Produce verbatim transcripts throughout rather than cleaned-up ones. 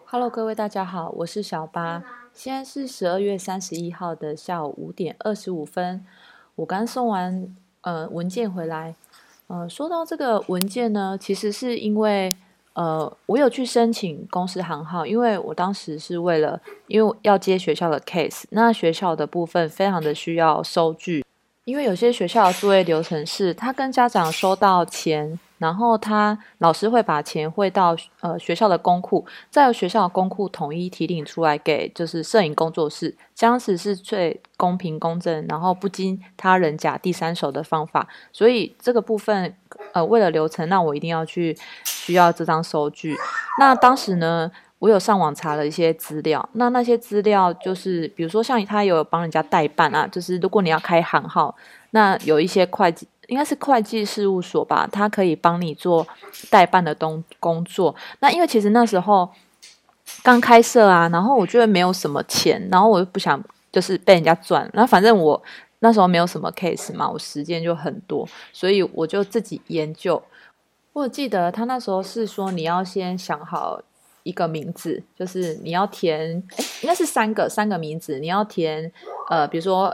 Hello，各位大家好，我是小八。现在是十二月三十一号的下午五点二十五分。我刚送完呃文件回来。呃，说到这个文件呢，其实是因为呃我有去申请公司行号，因为我当时是为了因为要接学校的 case， 那学校的部分非常的需要收据。因为有些学校的作业流程是，他跟家长收到钱，然后他老师会把钱汇到呃学校的公库，再由学校的公库统一提领出来给就是摄影工作室，这样子是最公平公正，然后不经他人假第三手的方法。所以这个部分呃为了流程，那我一定要去需要这张收据。那当时呢，我有上网查了一些资料，那那些资料就是比如说像他有帮人家代办啊，就是如果你要开行号，那有一些会计应该是会计事务所吧，他可以帮你做代办的东工作。那因为其实那时候刚开设啊，然后我觉得没有什么钱，然后我又不想就是被人家赚，然后反正我那时候没有什么 case 嘛，我时间就很多，所以我就自己研究。我记得他那时候是说你要先想好一个名字，就是你要填，哎，应该是三个三个名字，你要填呃，比如说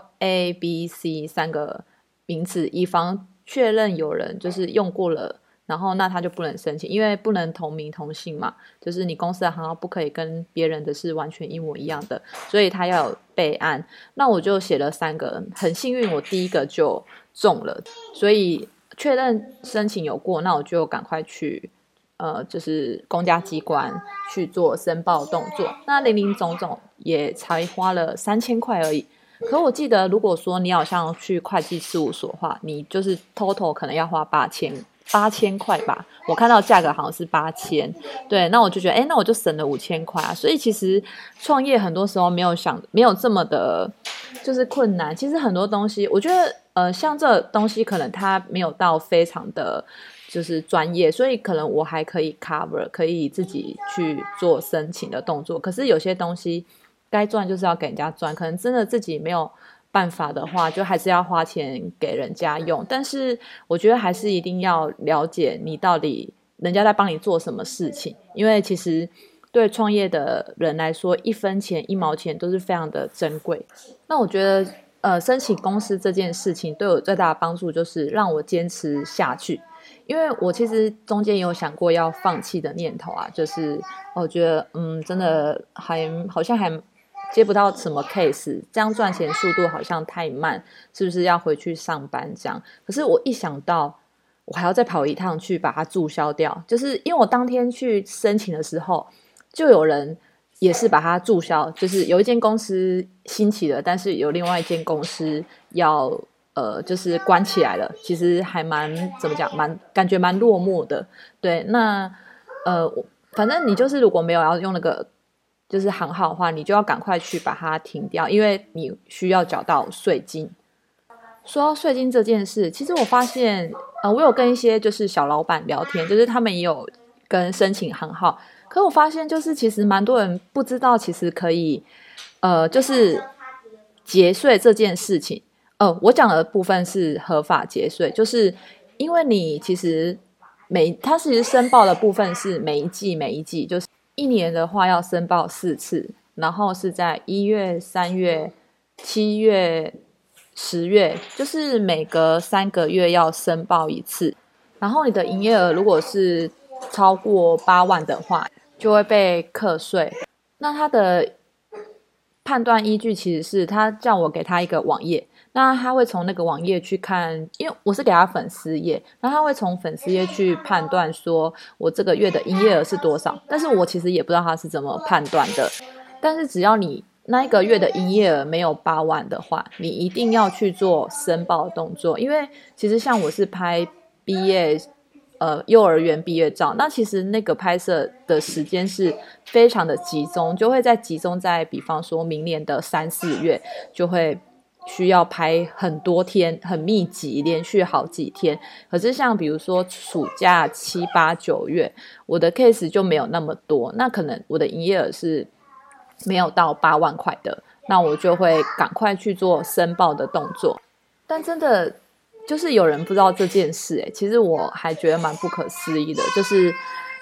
A、B、C 三个名字，以防确认有人就是用过了，然后那他就不能申请，因为不能同名同姓嘛，就是你公司的行号不可以跟别人的是完全一模一样的，所以他要有备案。那我就写了三个，很幸运我第一个就中了，所以确认申请有过，那我就赶快去呃，就是公家机关去做申报动作。那零零总总也才花了三千块而已。可我记得，如果说你好像去会计事务所的话，你就是 total 可能要花八千八千块吧。我看到价格好像是八千，对，那我就觉得，哎，那我就省了五千块啊。所以其实创业很多时候没有想没有这么的，就是困难。其实很多东西，我觉得，呃，像这东西可能它没有到非常的。就是专业，所以可能我还可以 cover， 可以自己去做申请的动作。可是有些东西该赚就是要给人家赚，可能真的自己没有办法的话，就还是要花钱给人家用。但是我觉得还是一定要了解你到底人家在帮你做什么事情，因为其实对创业的人来说，一分钱一毛钱都是非常的珍贵。那我觉得呃，申请公司这件事情对我最大的帮助就是让我坚持下去。因为我其实中间也有想过要放弃的念头啊，就是我觉得嗯，真的还好像还接不到什么 case， 这样赚钱速度好像太慢，是不是要回去上班这样？可是我一想到我还要再跑一趟去把它注销掉，就是因为我当天去申请的时候，就有人也是把它注销，就是有一间公司兴起了，但是有另外一间公司要。呃，就是关起来了，其实还蛮怎么讲，蛮感觉蛮落寞的。对，那呃，反正你就是如果没有要用那个就是行号的话，你就要赶快去把它停掉，因为你需要缴到税金。说到税金这件事，其实我发现，呃，我有跟一些就是小老板聊天，就是他们也有跟申请行号，可我发现就是其实蛮多人不知道，其实可以，呃，就是节税这件事情。呃，我讲的部分是合法节税，就是因为你其实每它其实申报的部分是每一季每一季，就是一年的话要申报四次，然后是在一月、三月、七月、十月，就是每隔三个月要申报一次。然后你的营业额如果是超过八万的话，就会被课税。那它的判断依据其实是他叫我给他一个网页。那他会从那个网页去看，因为我是给他粉丝页，那他会从粉丝页去判断说我这个月的营业额是多少，但是我其实也不知道他是怎么判断的。但是只要你那一个月的营业额没有八万的话，你一定要去做申报动作，因为其实像我是拍毕业呃幼儿园毕业照，那其实那个拍摄的时间是非常的集中，就会在集中在比方说明年的三四月就会需要拍很多天，很密集，连续好几天。可是像比如说暑假七八九月，我的 case 就没有那么多，那可能我的营业额是没有到八万块的，那我就会赶快去做申报的动作。但真的就是有人不知道这件事，欸，其实我还觉得蛮不可思议的，就是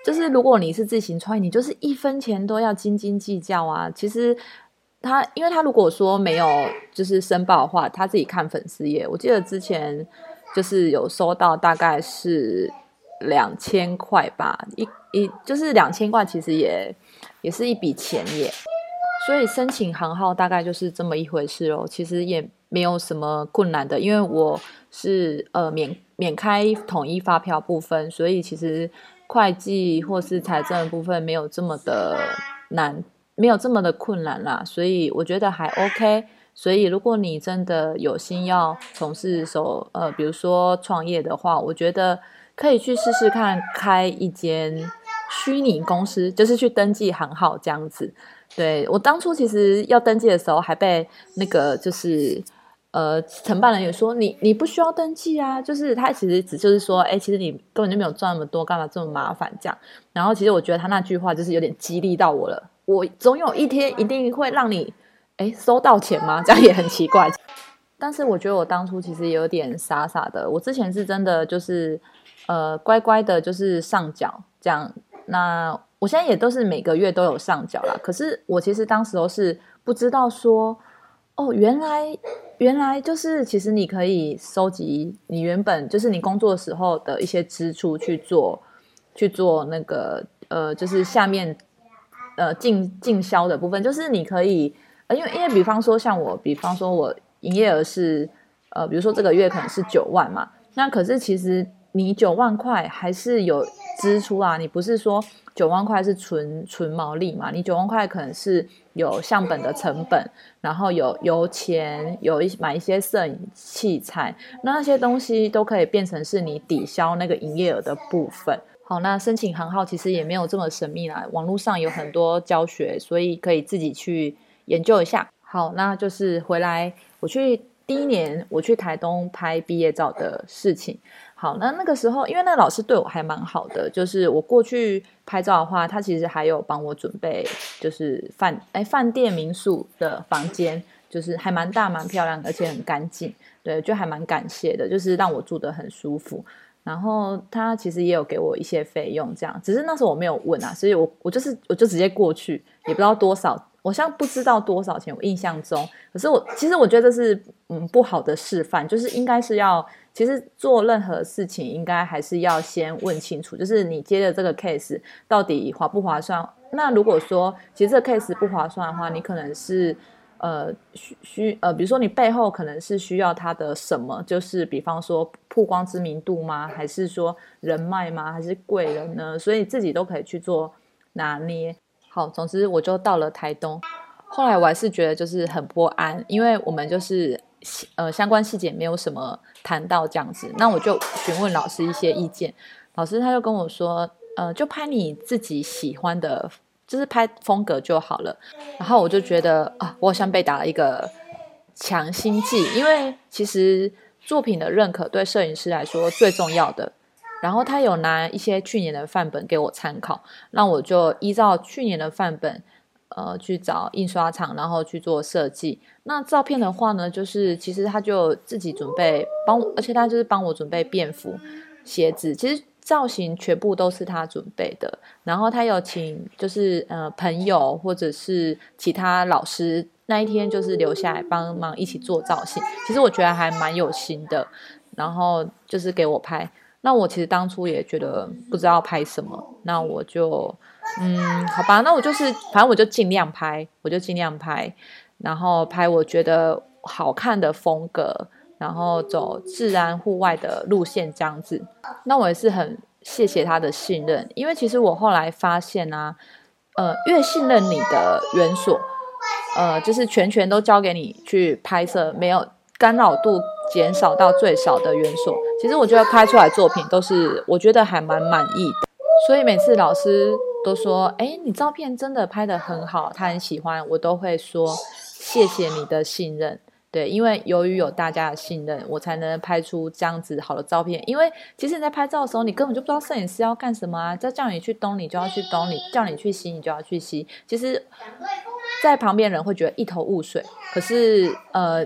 就是如果你是自行创业，你就是一分钱都要斤斤计较啊。其实他，因为他如果说没有就是申报的话，他自己看粉丝页，我记得之前就是有收到大概是两千块吧，一一就是两千块，其实也也是一笔钱耶。所以申请行号大概就是这么一回事哦，其实也没有什么困难的，因为我是呃免免开统一发票部分，所以其实会计或是财政的部分没有这么的难，没有这么的困难啦，所以我觉得还 OK。所以如果你真的有心要从事手呃比如说创业的话，我觉得可以去试试看开一间虚拟公司，就是去登记行号这样子。对，我当初其实要登记的时候，还被那个就是呃承办人员说你你不需要登记啊，就是他其实只就是说，哎，其实你根本就没有赚那么多，干嘛这么麻烦这样。然后其实我觉得他那句话就是有点激励到我了，我总有一天一定会让你哎收到钱吗？这样也很奇怪。但是我觉得我当初其实有点傻傻的，我之前是真的就是呃乖乖的，就是上缴这样。那我现在也都是每个月都有上缴啦，可是我其实当时都是不知道说，哦，原来原来就是其实你可以收集你原本就是你工作的时候的一些支出去做去做那个呃，就是下面呃进进销的部分，就是你可以呃，因为因为比方说像我，比方说我营业额是呃，比如说这个月可能是九万嘛，那可是其实你九万块还是有支出啊，你不是说九万块是纯纯毛利嘛？你九万块可能是有相本的成本，然后有油钱，有一买一些摄影器材，那那些东西都可以变成是你抵消那个营业额的部分。好，那申请行号其实也没有这么神秘啦，网络上有很多教学，所以可以自己去研究一下。好，那就是回来我去第一年我去台东拍毕业照的事情。好，那那个时候因为那老师对我还蛮好的，就是我过去拍照的话，他其实还有帮我准备就是饭哎饭店民宿的房间，就是还蛮大蛮漂亮，而且很干净，对，就还蛮感谢的，就是让我住得很舒服。然后他其实也有给我一些费用，这样，只是那时候我没有问啊，所以我我就是我就直接过去，也不知道多少，我现在不知道多少钱，我印象中，可是我其实我觉得这是嗯不好的示范，就是应该是要，其实做任何事情应该还是要先问清楚，就是你接的这个 case 到底划不划算。那如果说其实这个 case 不划算的话，你可能是呃需需呃，比如说你背后可能是需要它的什么，就是比方说曝光知名度吗？还是说人脉吗？还是贵人呢？所以自己都可以去做拿捏。好，总之我就到了台东，后来我还是觉得就是很不安，因为我们就是呃相关细节没有什么谈到这样子，那我就询问老师一些意见，老师他就跟我说，呃，就拍你自己喜欢的。就是拍风格就好了，然后我就觉得啊，我好像被打了一个强心剂，因为其实作品的认可对摄影师来说最重要的。然后他有拿一些去年的范本给我参考，那我就依照去年的范本，呃，去找印刷厂，然后去做设计。那照片的话呢，就是其实他就自己准备帮我，而且他就是帮我准备便服、鞋子，其实造型全部都是他准备的。然后他有请就是呃朋友或者是其他老师那一天就是留下来帮忙一起做造型，其实我觉得还蛮有心的。然后就是给我拍，那我其实当初也觉得不知道拍什么，那我就嗯好吧，那我就是反正我就尽量拍，我就尽量拍，然后拍我觉得好看的风格，然后走自然户外的路线这样子。那我也是很谢谢他的信任，因为其实我后来发现啊，呃，越信任你的园所，呃，就是全权都交给你去拍摄，没有干扰度减少到最少的园所，其实我觉得拍出来作品都是我觉得还蛮满意的。所以每次老师都说，哎，你照片真的拍得很好，他很喜欢，我都会说谢谢你的信任。对，因为由于有大家的信任，我才能拍出这样子好的照片。因为其实你在拍照的时候，你根本就不知道摄影师要干什么啊，就叫你去东，你就要去东，你叫你去西，你就要去西。其实，在旁边人会觉得一头雾水。可是，呃，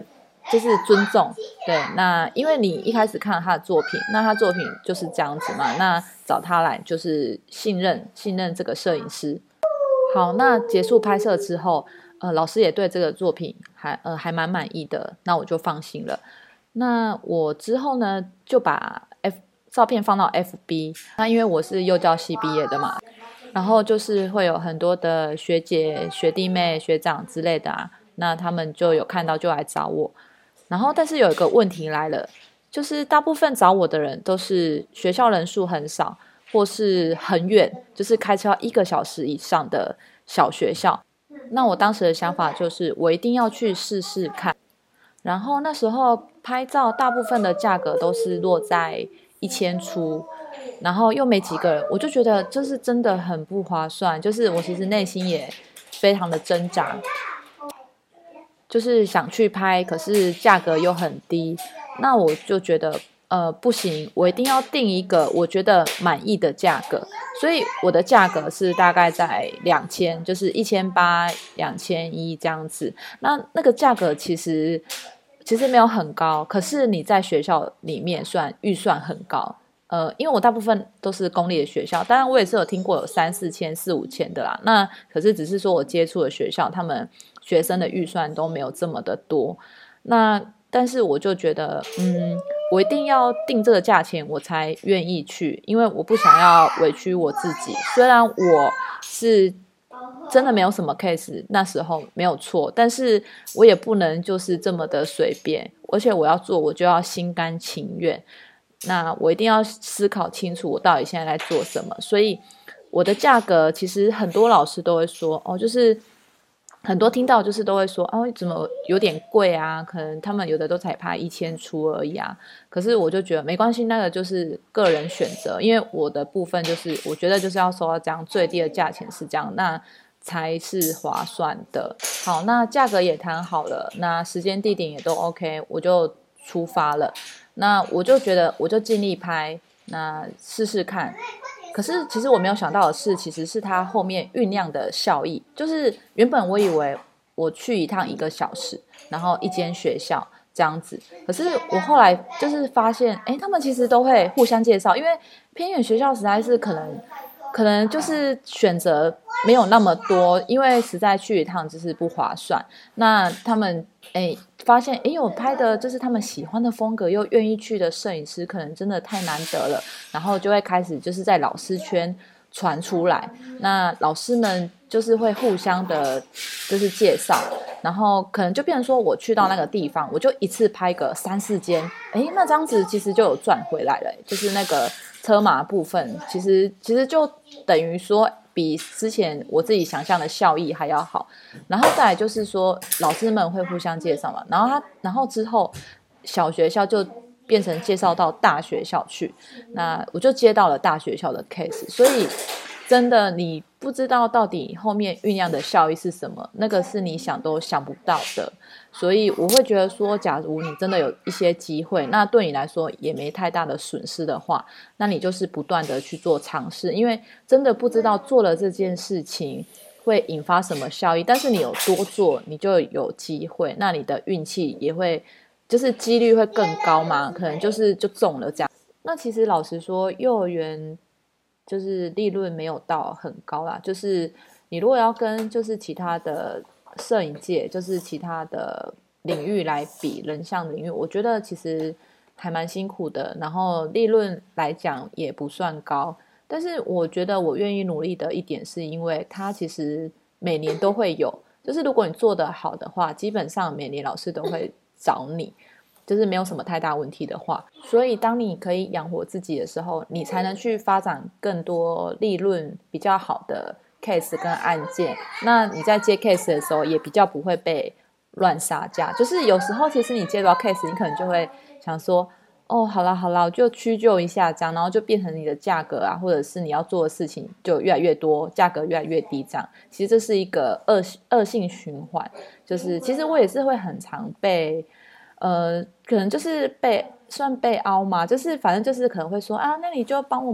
就是尊重，对，那因为你一开始看他的作品，那他作品就是这样子嘛，那找他来就是信任信任这个摄影师。好，那结束拍摄之后，呃，老师也对这个作品还呃还蛮满意的，那我就放心了。那我之后呢，就把 F 照片放到 F B， 那因为我是幼教系毕业的嘛，然后就是会有很多的学姐、学弟妹、学长之类的啊，那他们就有看到就来找我。然后但是有一个问题来了，就是大部分找我的人都是学校人数很少，或是很远，就是开车要一个小时以上的小学校。那我当时的想法就是我一定要去试试看。然后那时候拍照大部分的价格都是落在一千出，然后又没几个人，我就觉得这是真的很不划算，就是我其实内心也非常的挣扎，就是想去拍，可是价格又很低，那我就觉得呃不行，我一定要定一个我觉得满意的价格，所以我的价格是大概在两千，就是一千八、两千一这样子。那那个价格其实其实没有很高，可是你在学校里面算预算很高。呃，因为我大部分都是公立的学校，当然我也是有听过有三四千、四五千的啦。那可是只是说我接触的学校，他们学生的预算都没有这么的多。那但是我就觉得，嗯，我一定要定这个价钱，我才愿意去，因为我不想要委屈我自己。虽然我是真的没有什么 case， 那时候没有错，但是我也不能就是这么的随便，而且我要做，我就要心甘情愿。那我一定要思考清楚我到底现在在做什么，所以我的价格其实很多老师都会说哦，就是很多听到就是都会说哦，怎么有点贵啊，可能他们有的都才拍一千出而已啊，可是我就觉得没关系，那个就是个人选择，因为我的部分就是我觉得就是要收到这样最低的价钱是这样，那才是划算的。好，那价格也谈好了，那时间地点也都 OK， 我就出发了。那我就觉得我就尽力拍，那试试看。可是其实我没有想到的是，其实是它后面酝酿的效益。就是原本我以为我去一趟一个小时，然后一间学校这样子，可是我后来就是发现，哎，他们其实都会互相介绍，因为偏远学校实在是可能可能就是选择没有那么多，因为实在去一趟就是不划算。那他们哎发现哎我拍的就是他们喜欢的风格又愿意去的摄影师可能真的太难得了，然后就会开始就是在老师圈传出来，那老师们就是会互相的就是介绍，然后可能就变成说我去到那个地方我就一次拍个三四间，哎那这样子其实就有赚回来了，就是那个车马部分其实其实就等于说比之前我自己想象的效益还要好。然后再来就是说老师们会互相介绍嘛，然后他然后之后小学校就变成介绍到大学校去，那我就接到了大学校的 case， 所以真的你不知道到底后面酝酿的效益是什么，那个是你想都想不到的。所以我会觉得说假如你真的有一些机会，那对你来说也没太大的损失的话，那你就是不断的去做尝试，因为真的不知道做了这件事情会引发什么效益，但是你有多做你就有机会，那你的运气也会就是几率会更高嘛，可能就是就中了这样。那其实老实说幼儿园就是利润没有到很高啦，就是你如果要跟就是其他的摄影界就是其他的领域来比，人像领域我觉得其实还蛮辛苦的，然后利润来讲也不算高，但是我觉得我愿意努力的一点是因为它其实每年都会有，就是如果你做得好的话基本上每年老师都会找你，就是没有什么太大问题的话，所以当你可以养活自己的时候，你才能去发展更多利润比较好的 case 跟案件，那你在接 case 的时候也比较不会被乱杀价。就是有时候其实你接到 case 你可能就会想说哦好啦好啦我就屈就一下这样，然后就变成你的价格啊或者是你要做的事情就越来越多，价格越来越低这样，其实这是一个恶恶性循环。就是其实我也是会很常被呃，可能就是被算被凹嘛，就是反正就是可能会说啊，那你就帮我们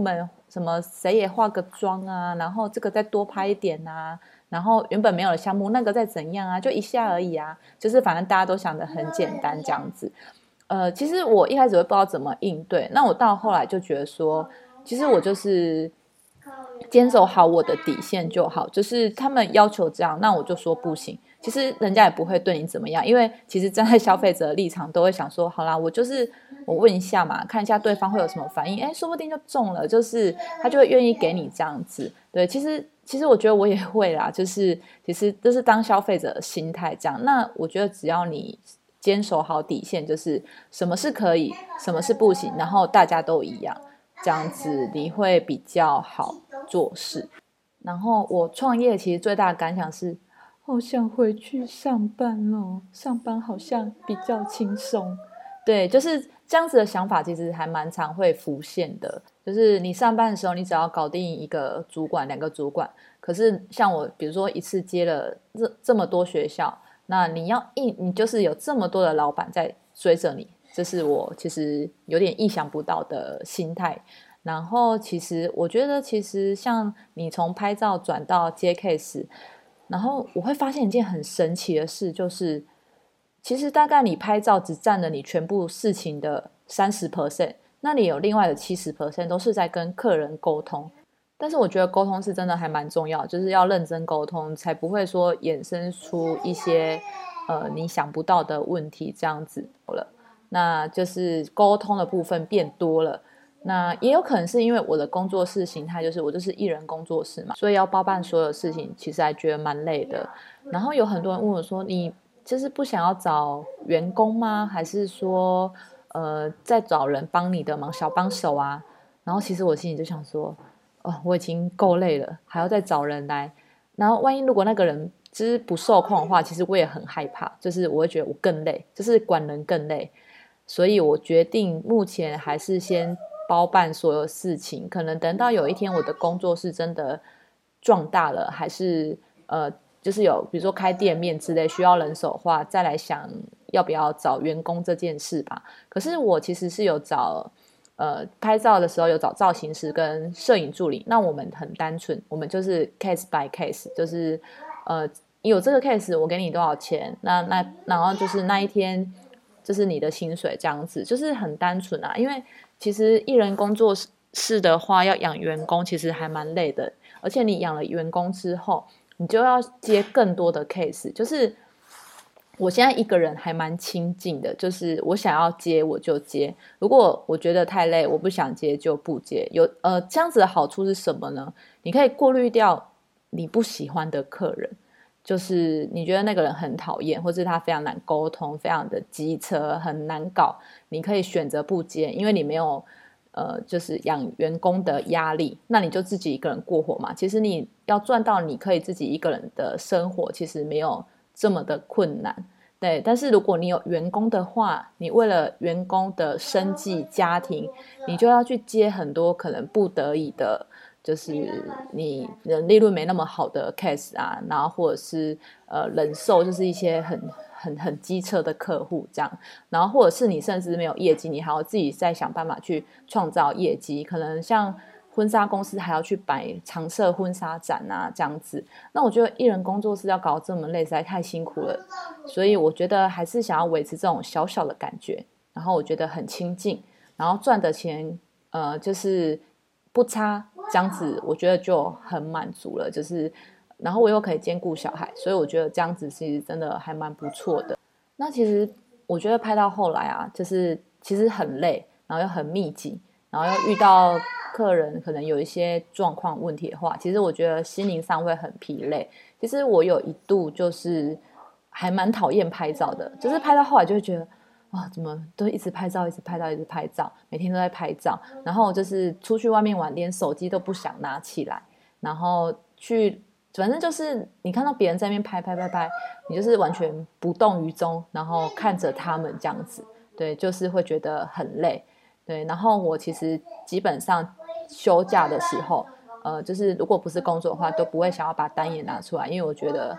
什么谁也化个妆啊，然后这个再多拍一点啊，然后原本没有的项目那个再怎样啊，就一下而已啊，就是反正大家都想得很简单这样子。呃，其实我一开始会不知道怎么应对，那我到后来就觉得说，其实我就是坚守好我的底线就好，就是他们要求这样，那我就说不行。其实人家也不会对你怎么样，因为其实站在消费者的立场都会想说，好啦，我就是我问一下嘛，看一下对方会有什么反应，哎，说不定就中了，就是他就会愿意给你这样子。对，其实其实我觉得我也会啦，就是其实这是当消费者的心态这样。那我觉得只要你坚守好底线，就是什么是可以，什么是不行，然后大家都一样，这样子你会比较好做事。然后我创业其实最大的感想是，好想回去上班哦，上班好像比较轻松。对，就是这样子的想法，其实还蛮常会浮现的。就是你上班的时候，你只要搞定一个主管、两个主管，可是像我，比如说一次接了这这么多学校，那你要一你就是有这么多的老板在追着你，这是我其实有点意想不到的心态。然后其实我觉得，其实像你从拍照转到接 case，然后我会发现一件很神奇的事，就是其实大概你拍照只占了你全部事情的 百分之三十， 那你有另外的 百分之七十 都是在跟客人沟通。但是我觉得沟通是真的还蛮重要，就是要认真沟通，才不会说衍生出一些呃你想不到的问题这样子了。那就是沟通的部分变多了。那也有可能是因为我的工作室形态就是我就是艺人工作室嘛，所以要包办所有事情，其实还觉得蛮累的。然后有很多人问我说，你就是不想要找员工吗？还是说呃再找人帮你的忙，小帮手啊？然后其实我心里就想说，哦，我已经够累了，还要再找人来，然后万一如果那个人就是不受控的话，其实我也很害怕，就是我会觉得我更累，就是管人更累。所以我决定目前还是先包办所有事情，可能等到有一天我的工作室真的壮大了，还是呃，就是有比如说开店面之类需要人手的话，再来想要不要找员工这件事吧。可是我其实是有找呃拍照的时候有找造型师跟摄影助理，那我们很单纯，我们就是 case by case， 就是呃有这个 case 我给你多少钱，那那然后就是那一天就是你的薪水这样子，就是很单纯啊。因为其实艺人工作室的话要养员工其实还蛮累的，而且你养了员工之后你就要接更多的 case， 就是我现在一个人还蛮亲近的，就是我想要接我就接，如果我觉得太累我不想接就不接。有呃这样子的好处是什么呢？你可以过滤掉你不喜欢的客人，就是你觉得那个人很讨厌，或是他非常难沟通，非常的机车，很难搞，你可以选择不接，因为你没有呃，就是养员工的压力，那你就自己一个人过活嘛。其实你要赚到你可以自己一个人的生活，其实没有这么的困难。对，但是如果你有员工的话，你为了员工的生计家庭，你就要去接很多可能不得已的，就是你的利润没那么好的 case 啊，然后或者是呃忍受就是一些很很很机车的客户这样，然后或者是你甚至没有业绩，你还要自己再想办法去创造业绩，可能像婚纱公司还要去摆常设婚纱展啊这样子。那我觉得艺人工作室要搞这么累实在太辛苦了，所以我觉得还是想要维持这种小小的感觉，然后我觉得很亲近，然后赚的钱呃就是不差，这样子我觉得就很满足了，就是然后我又可以兼顾小孩，所以我觉得这样子其实真的还蛮不错的。那其实我觉得拍到后来啊，就是其实很累，然后又很密集，然后又遇到客人可能有一些状况问题的话，其实我觉得心灵上会很疲累。其实我有一度就是还蛮讨厌拍照的，就是拍到后来就会觉得啊，怎么都一直拍照，一直拍照，一直拍照，每天都在拍照，然后就是出去外面玩，连手机都不想拿起来，然后去，反正就是你看到别人在那边拍拍拍拍，你就是完全不动于衷，然后看着他们这样子，对，就是会觉得很累，对。然后我其实基本上休假的时候，呃，就是如果不是工作的话，都不会想要把单也拿出来，因为我觉得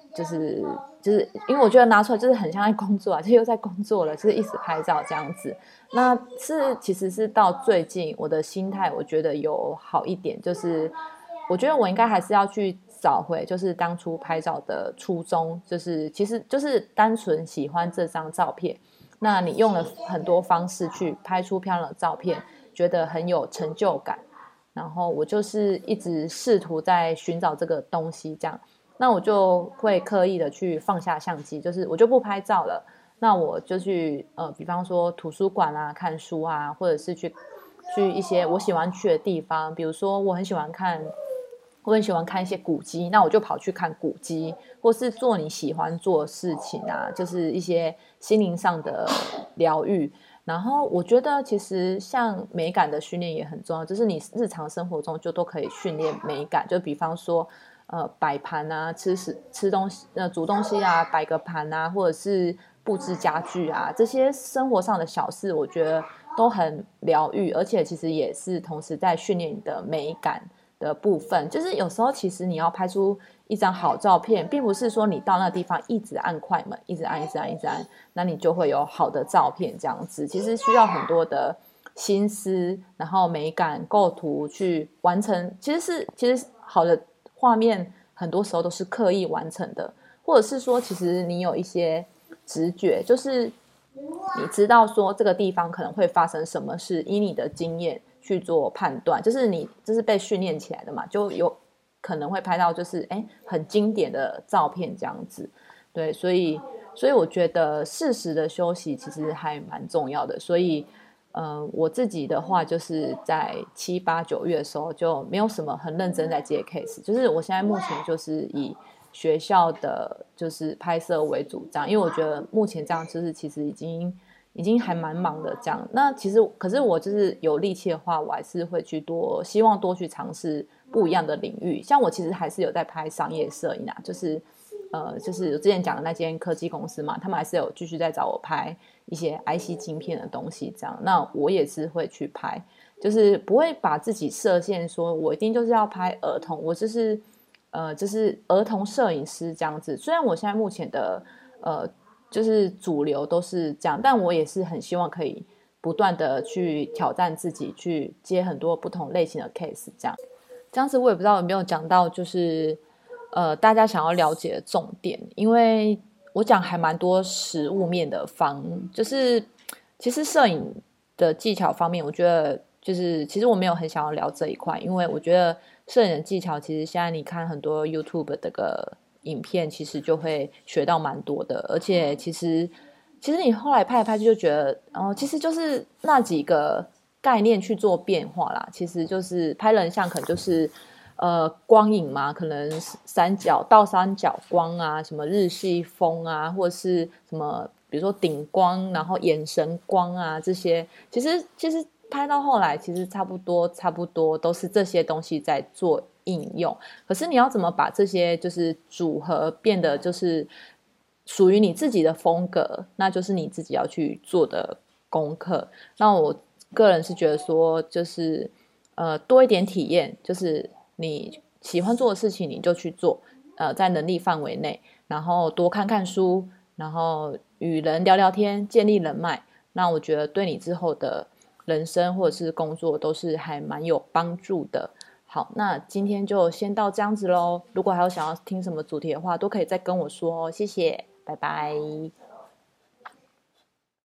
就是就是因为我觉得拿出来就是很像在工作啊，就又在工作了，就是一直拍照这样子。那是其实是到最近我的心态我觉得有好一点，就是我觉得我应该还是要去找回就是当初拍照的初衷，就是其实就是单纯喜欢这张照片，那你用了很多方式去拍出漂亮的照片，觉得很有成就感，然后我就是一直试图在寻找这个东西这样。那我就会刻意的去放下相机，就是我就不拍照了，那我就去呃，比方说图书馆啊看书啊，或者是去去一些我喜欢去的地方，比如说我很喜欢看我很喜欢看一些古迹，那我就跑去看古迹，或是做你喜欢做的事情啊，就是一些心灵上的疗愈。然后我觉得其实像美感的训练也很重要，就是你日常生活中就都可以训练美感，就比方说呃摆盘啊，吃食吃东西呃煮东西啊，摆个盘啊，或者是布置家具啊，这些生活上的小事，我觉得都很疗愈，而且其实也是同时在训练你的美感的部分。就是有时候其实你要拍出一张好照片，并不是说你到那个地方一直按快门，一直按一直按一直按，那你就会有好的照片这样子。其实需要很多的心思，然后美感构图去完成。其实是其实好的画面很多时候都是刻意完成的，或者是说其实你有一些直觉，就是你知道说这个地方可能会发生什么事，以你的经验去做判断，就是你这是被训练起来的嘛，就有可能会拍到就是哎很经典的照片这样子。对，所以所以我觉得适时的休息其实还蛮重要的。所以呃，我自己的话就是在七八九月的时候就没有什么很认真在接 case，就是我现在目前就是以学校的就是拍摄为主这样，因为我觉得目前这样就是其实已经已经还蛮忙的这样。那其实可是我就是有力气的话，我还是会去多希望多去尝试不一样的领域。像我其实还是有在拍商业摄影啊，就是呃，就是我之前讲的那间科技公司嘛，他们还是有继续在找我拍一些 I C 晶片的东西这样。那我也是会去拍，就是不会把自己设限说我一定就是要拍儿童，我就是呃就是儿童摄影师这样子。虽然我现在目前的呃就是主流都是这样，但我也是很希望可以不断的去挑战自己，去接很多不同类型的 case 这样。这样子我也不知道有没有讲到就是呃大家想要了解的重点，因为我讲还蛮多实物面的方，就是其实摄影的技巧方面，我觉得就是其实我没有很想要聊这一块，因为我觉得摄影的技巧其实现在你看很多 YouTube 这个影片，其实就会学到蛮多的，而且其实其实你后来拍来拍去就觉得，哦，其实就是那几个概念去做变化啦。其实就是拍人像，可能就是呃光影嘛，可能三角倒三角光啊，什么日系风啊，或者是什么比如说顶光，然后眼神光啊这些，其实其实拍到后来，其实差不多差不多都是这些东西在做应用。可是你要怎么把这些就是组合变得就是属于你自己的风格，那就是你自己要去做的功课。那我个人是觉得说，就是呃多一点体验，就是你喜欢做的事情你就去做，呃在能力范围内，然后多看看书，然后与人聊聊天，建立人脉。那我觉得对你之后的人生或者是工作都是还蛮有帮助的。好，那今天就先到这样子咯。如果还有想要听什么主题的话，都可以再跟我说哦。谢谢，拜拜。